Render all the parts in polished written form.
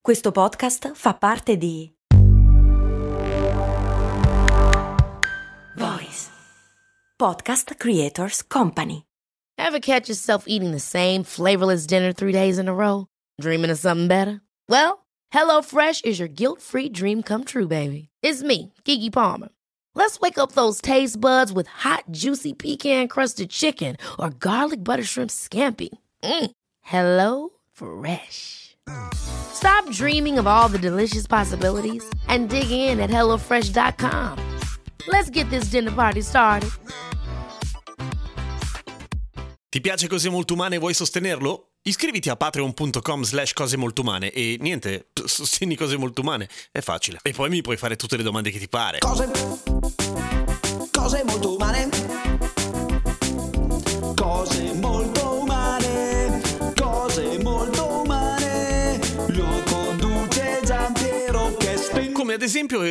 Questo podcast fa parte di Voice Podcast Creators Company. Ever catch yourself eating the same flavorless dinner 3 days in a row? Dreaming of something better? Well, HelloFresh is your guilt-free dream come true, baby. It's me, Keke Palmer. Let's wake up those taste buds with hot, juicy pecan-crusted chicken or garlic butter shrimp scampi. Hello Fresh. Stop dreaming of all the delicious possibilities and dig in at HelloFresh.com. Let's get this dinner party started. Ti piace Cose Molto Umane e vuoi sostenerlo? Iscriviti a patreon.com/Cose Molto Umane e niente, sostieni Cose Molto Umane, è facile. E poi mi puoi fare tutte le domande che ti pare. Cose molto umane. Cose molto umane. Cose molto umane. Lo conduce Giampiero Kesten. Come ad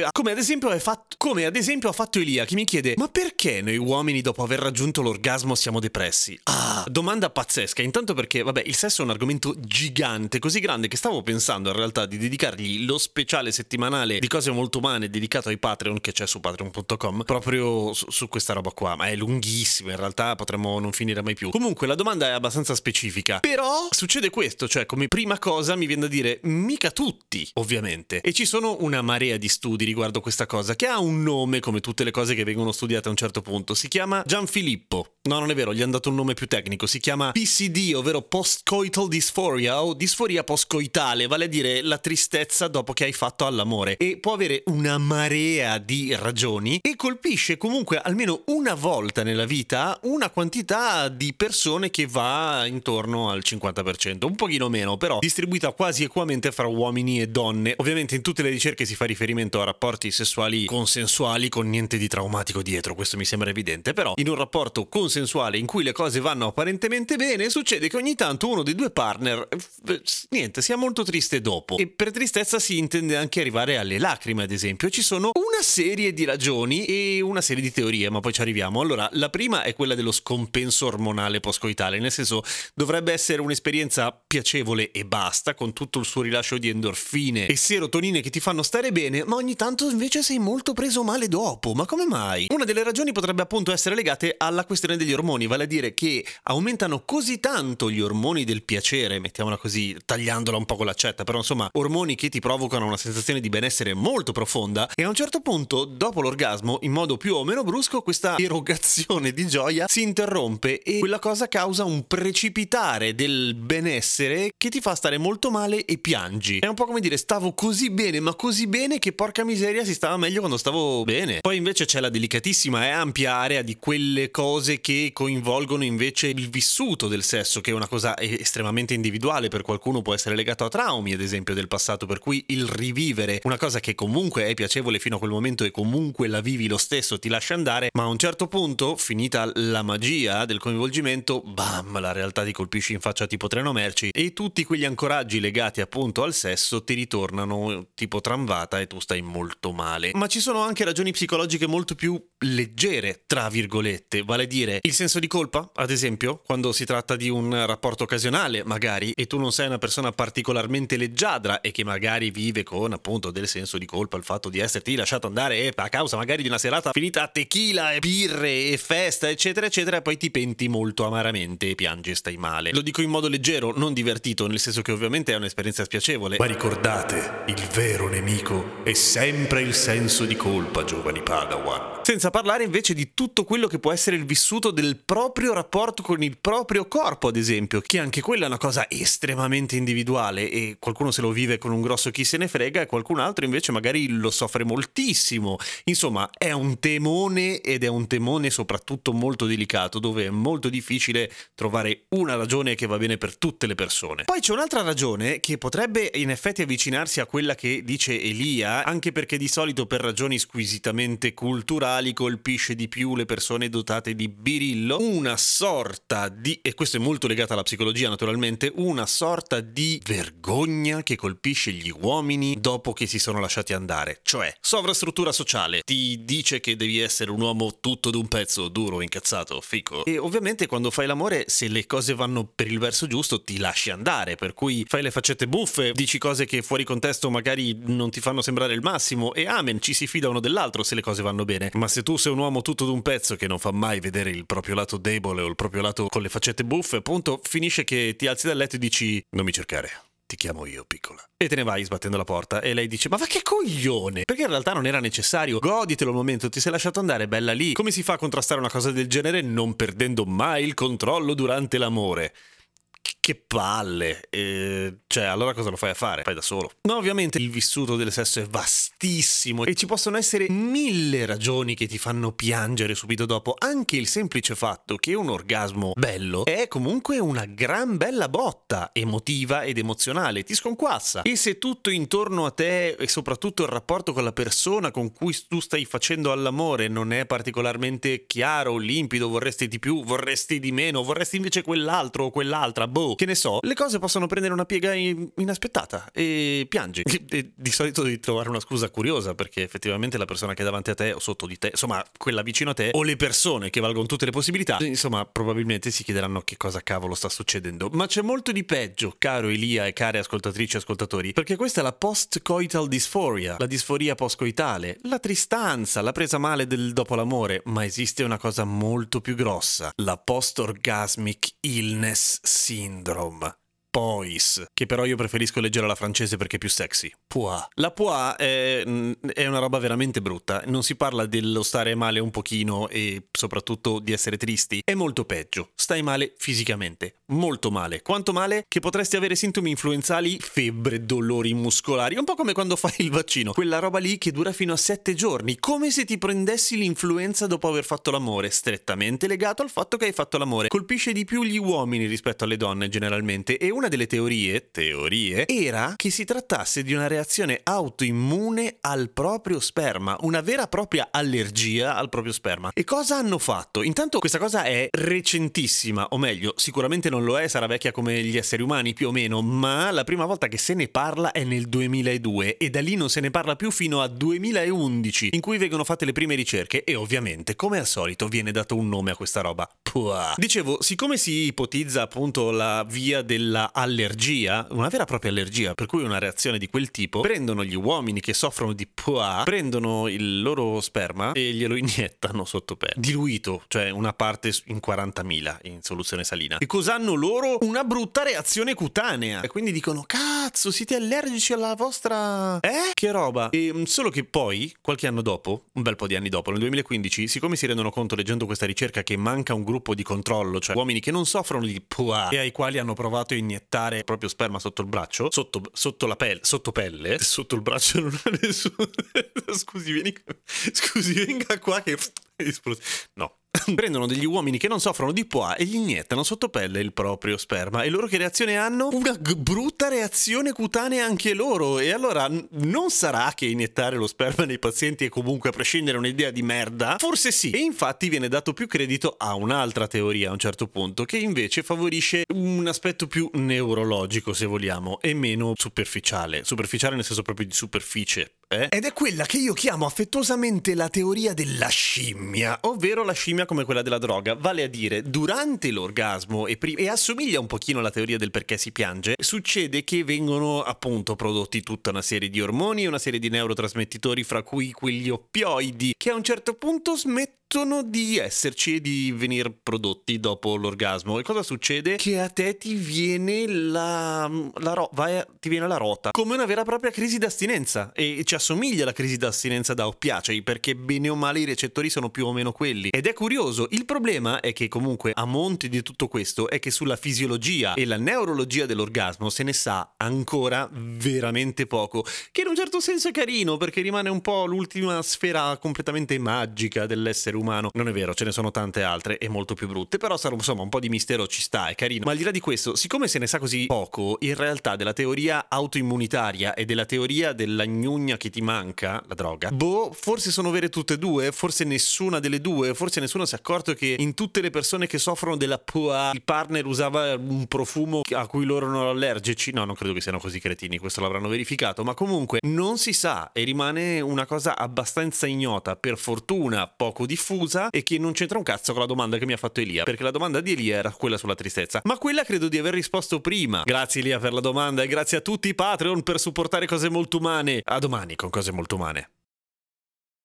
esempio ha fatto Elia, che mi chiede: ma perché noi uomini dopo aver raggiunto l'orgasmo siamo depressi? Domanda pazzesca. Intanto perché, il sesso è un argomento gigante, così grande che stavo pensando in realtà di dedicargli lo speciale settimanale di Cose Molto Umane dedicato ai Patreon, che c'è su patreon.com, proprio su questa roba qua, ma è lunghissima, in realtà potremmo non finire mai più. Comunque la domanda è abbastanza specifica, però succede questo, cioè come prima cosa mi viene da dire mica tutti, ovviamente, e ci sono una marea di studi riguardo questa cosa che ha un nome, come tutte le cose che vengono studiate a un certo punto. Si chiama Gianfilippo. No, non è vero, gli hanno dato un nome più tecnico. Si chiama PCD, ovvero Postcoital Dysphoria o disforia postcoitale, vale a dire la tristezza dopo che hai fatto all'amore. E può avere una marea di ragioni e colpisce comunque almeno una volta nella vita una quantità di persone che va intorno al 50%, un pochino meno, però distribuita quasi equamente fra uomini e donne. Ovviamente in tutte le ricerche si fa riferimento a rapporti sessuali consensuali con niente di traumatico dietro, questo mi sembra evidente, però in un rapporto consensuale in cui le cose vanno apparentemente bene, succede che ogni tanto uno dei due partner sia molto triste dopo. E per tristezza si intende anche arrivare alle lacrime, ad esempio. Ci sono una serie di ragioni e una serie di teorie, ma poi ci arriviamo. Allora, la prima è quella dello scompenso ormonale postcoitale, nel senso dovrebbe essere un'esperienza piacevole e basta, con tutto il suo rilascio di endorfine e serotonine che ti fanno stare bene, ma ogni tanto invece sei molto preso male dopo. Ma come mai? Una delle ragioni potrebbe appunto essere legate alla questione degli ormoni, vale a dire che aumentano così tanto gli ormoni del piacere, mettiamola così, tagliandola un po' con l'accetta, però insomma ormoni che ti provocano una sensazione di benessere molto profonda, e a un certo punto dopo l'orgasmo, in modo più o meno brusco, questa erogazione di gioia si interrompe e quella cosa causa un precipitare del benessere che ti fa stare molto male e piangi. È un po' come dire: stavo così bene, ma così bene che porca miseria si stava meglio quando stavo bene. Poi invece c'è la delicatissima e ampia area di quelle cose che coinvolgono invece il vissuto del sesso, che è una cosa estremamente individuale. Per qualcuno può essere legato a traumi, ad esempio, del passato, per cui il rivivere una cosa che comunque è piacevole fino a quel momento e comunque la vivi lo stesso, ti lascia andare, ma a un certo punto, finita la magia del coinvolgimento, bam, la realtà ti colpisce in faccia tipo treno merci e tutti quegli ancoraggi legati appunto al sesso ti ritornano tipo tramvata e tu stai molto male. Ma ci sono anche ragioni psicologiche molto più leggere, tra virgolette, vale a dire il senso di colpa, ad esempio, quando si tratta di un rapporto occasionale magari e tu non sei una persona particolarmente leggiadra e che magari vive con appunto del senso di colpa il fatto di esserti lasciato andare a causa magari di una serata finita a tequila e birre e festa eccetera eccetera, e poi ti penti molto amaramente e piangi e stai male. Lo dico in modo leggero, non divertito, nel senso che ovviamente è un'esperienza spiacevole, ma ricordate, il vero nemico è sempre il senso di colpa, giovani Padawan. Senza parlare invece di tutto quello che può essere il vissuto del proprio rapporto con il proprio corpo, ad esempio, che anche quella è una cosa estremamente individuale e qualcuno se lo vive con un grosso chi se ne frega e qualcun altro invece magari lo soffre moltissimo. Insomma, è un temone, ed è un temone soprattutto molto delicato, dove è molto difficile trovare una ragione che va bene per tutte le persone. Poi c'è un'altra ragione che potrebbe in effetti avvicinarsi a quella che dice Elia, anche perché di solito per ragioni squisitamente culturali colpisce di più le persone dotate di virillo, una sorta di, e questo è molto legato alla psicologia naturalmente, una sorta di vergogna che colpisce gli uomini dopo che si sono lasciati andare. Cioè, sovrastruttura sociale, ti dice che devi essere un uomo tutto d'un pezzo, duro, incazzato, fico. E ovviamente quando fai l'amore, se le cose vanno per il verso giusto, ti lasci andare, per cui fai le faccette buffe, dici cose che fuori contesto magari non ti fanno sembrare il massimo, e amen, ci si fida uno dell'altro se le cose vanno bene. Ma se tu sei un uomo tutto d'un pezzo che non fa mai vedere il proprio lato debole o il proprio lato con le faccette buffe, appunto, finisce che ti alzi dal letto e dici: non mi cercare, ti chiamo io, piccola. E te ne vai sbattendo la porta e lei dice: ma va che coglione! Perché in realtà non era necessario. Goditelo il momento, ti sei lasciato andare, bella lì. Come si fa a contrastare una cosa del genere non perdendo mai il controllo durante l'amore? Che palle, cioè allora cosa lo fai a fare? Fai da solo. No, ovviamente il vissuto del sesso è vastissimo e ci possono essere 1000 ragioni che ti fanno piangere subito dopo. Anche il semplice fatto che un orgasmo bello è comunque una gran bella botta emotiva ed emozionale, ti sconquassa. E se tutto intorno a te e soprattutto il rapporto con la persona con cui tu stai facendo all'amore non è particolarmente chiaro, limpido, vorresti di più, vorresti di meno, vorresti invece quell'altro o quell'altra, boh, che ne so, le cose possono prendere una piega inaspettata e piangi. E di solito devi trovare una scusa curiosa, perché effettivamente la persona che è davanti a te o sotto di te, insomma quella vicino a te, o le persone che valgono tutte le possibilità, insomma probabilmente si chiederanno che cosa cavolo sta succedendo. Ma c'è molto di peggio, caro Elia e care ascoltatrici e ascoltatori, perché questa è la post-coital dysphoria, la disforia post-coitale, la tristanza, la presa male del dopo l'amore. Ma esiste una cosa molto più grossa, la post-orgasmic illness syndrome, POIS, che però io preferisco leggere alla francese perché è più sexy. POA. La POA è una roba veramente brutta. Non si parla dello stare male un pochino e soprattutto di essere tristi. È molto peggio. Stai male fisicamente. Molto male. Quanto male che potresti avere sintomi influenzali, febbre, dolori muscolari. Un po' come quando fai il vaccino. Quella roba lì che dura fino a 7 giorni. Come se ti prendessi l'influenza dopo aver fatto l'amore. Strettamente legato al fatto che hai fatto l'amore. Colpisce di più gli uomini rispetto alle donne generalmente. E una delle teorie era che si trattasse di una reazione autoimmune al proprio sperma, una vera e propria allergia al proprio sperma. E cosa hanno fatto? Intanto questa cosa è recentissima, o meglio, sicuramente non lo è, sarà vecchia come gli esseri umani più o meno, ma la prima volta che se ne parla è nel 2002 e da lì non se ne parla più fino a 2011, in cui vengono fatte le prime ricerche e ovviamente, come al solito, viene dato un nome a questa roba. Pua. Dicevo, siccome si ipotizza appunto la via della allergia, una vera e propria allergia, per cui una reazione di quel tipo, prendono gli uomini che soffrono di POA, prendono il loro sperma e glielo iniettano sotto pelle, diluito, cioè una parte in 40.000 in soluzione salina. E cosa hanno loro? Una brutta reazione cutanea. E quindi dicono: cazzo, siete allergici alla vostra... Che roba? E solo che poi, qualche anno dopo, un bel po' di anni dopo, nel 2015, siccome si rendono conto leggendo questa ricerca che manca un gruppo di controllo, cioè uomini che non soffrono di POA e ai quali hanno provato a iniettare proprio sperma sotto il braccio, sotto la pelle, sotto pelle, sotto il braccio non ha nessuno. Scusi, venga qua che no. Prendono degli uomini che non soffrono di POA e gli iniettano sotto pelle il proprio sperma. E loro che reazione hanno? Una brutta reazione cutanea anche loro. E allora non sarà che iniettare lo sperma nei pazienti è comunque a prescindere un'idea di merda? Forse sì. E infatti viene dato più credito a un'altra teoria a un certo punto, che invece favorisce un aspetto più neurologico, se vogliamo, e meno superficiale. Superficiale nel senso proprio di superficie. Ed è quella che io chiamo affettuosamente la teoria della scimmia, ovvero la scimmia come quella della droga, vale a dire durante l'orgasmo e assomiglia un pochino alla teoria del perché si piange, succede che vengono appunto prodotti tutta una serie di ormoni e una serie di neurotrasmettitori, fra cui quegli oppioidi che a un certo punto smettono di esserci e di venire prodotti dopo l'orgasmo. E cosa succede? Che a te ti viene ti viene la rota, come una vera e propria crisi d'astinenza, e ci assomiglia alla crisi d'astinenza da oppiacei, perché bene o male i recettori sono più o meno quelli. Ed è curioso, il problema è che comunque a monte di tutto questo è che sulla fisiologia e la neurologia dell'orgasmo se ne sa ancora veramente poco, che in un certo senso è carino perché rimane un po' l'ultima sfera completamente magica dell'essere umano. umano. Non è vero, ce ne sono tante altre e molto più brutte, però insomma un po' di mistero ci sta, è carino. Ma al di là di questo, siccome se ne sa così poco, in realtà della teoria autoimmunitaria e della teoria della gnugna che ti manca, la droga, forse sono vere tutte e due, forse nessuna delle due, forse nessuno si è accorto che in tutte le persone che soffrono della POA il partner usava un profumo a cui loro erano allergici. No, non credo che siano così cretini, questo l'avranno verificato, ma comunque non si sa e rimane una cosa abbastanza ignota, per fortuna poco diffusa, e che non c'entra un cazzo con la domanda che mi ha fatto Elia, perché la domanda di Elia era quella sulla tristezza, ma quella credo di aver risposto prima. Grazie Elia per la domanda e grazie a tutti i Patreon per supportare Cose Molto Umane. A domani con Cose Molto Umane.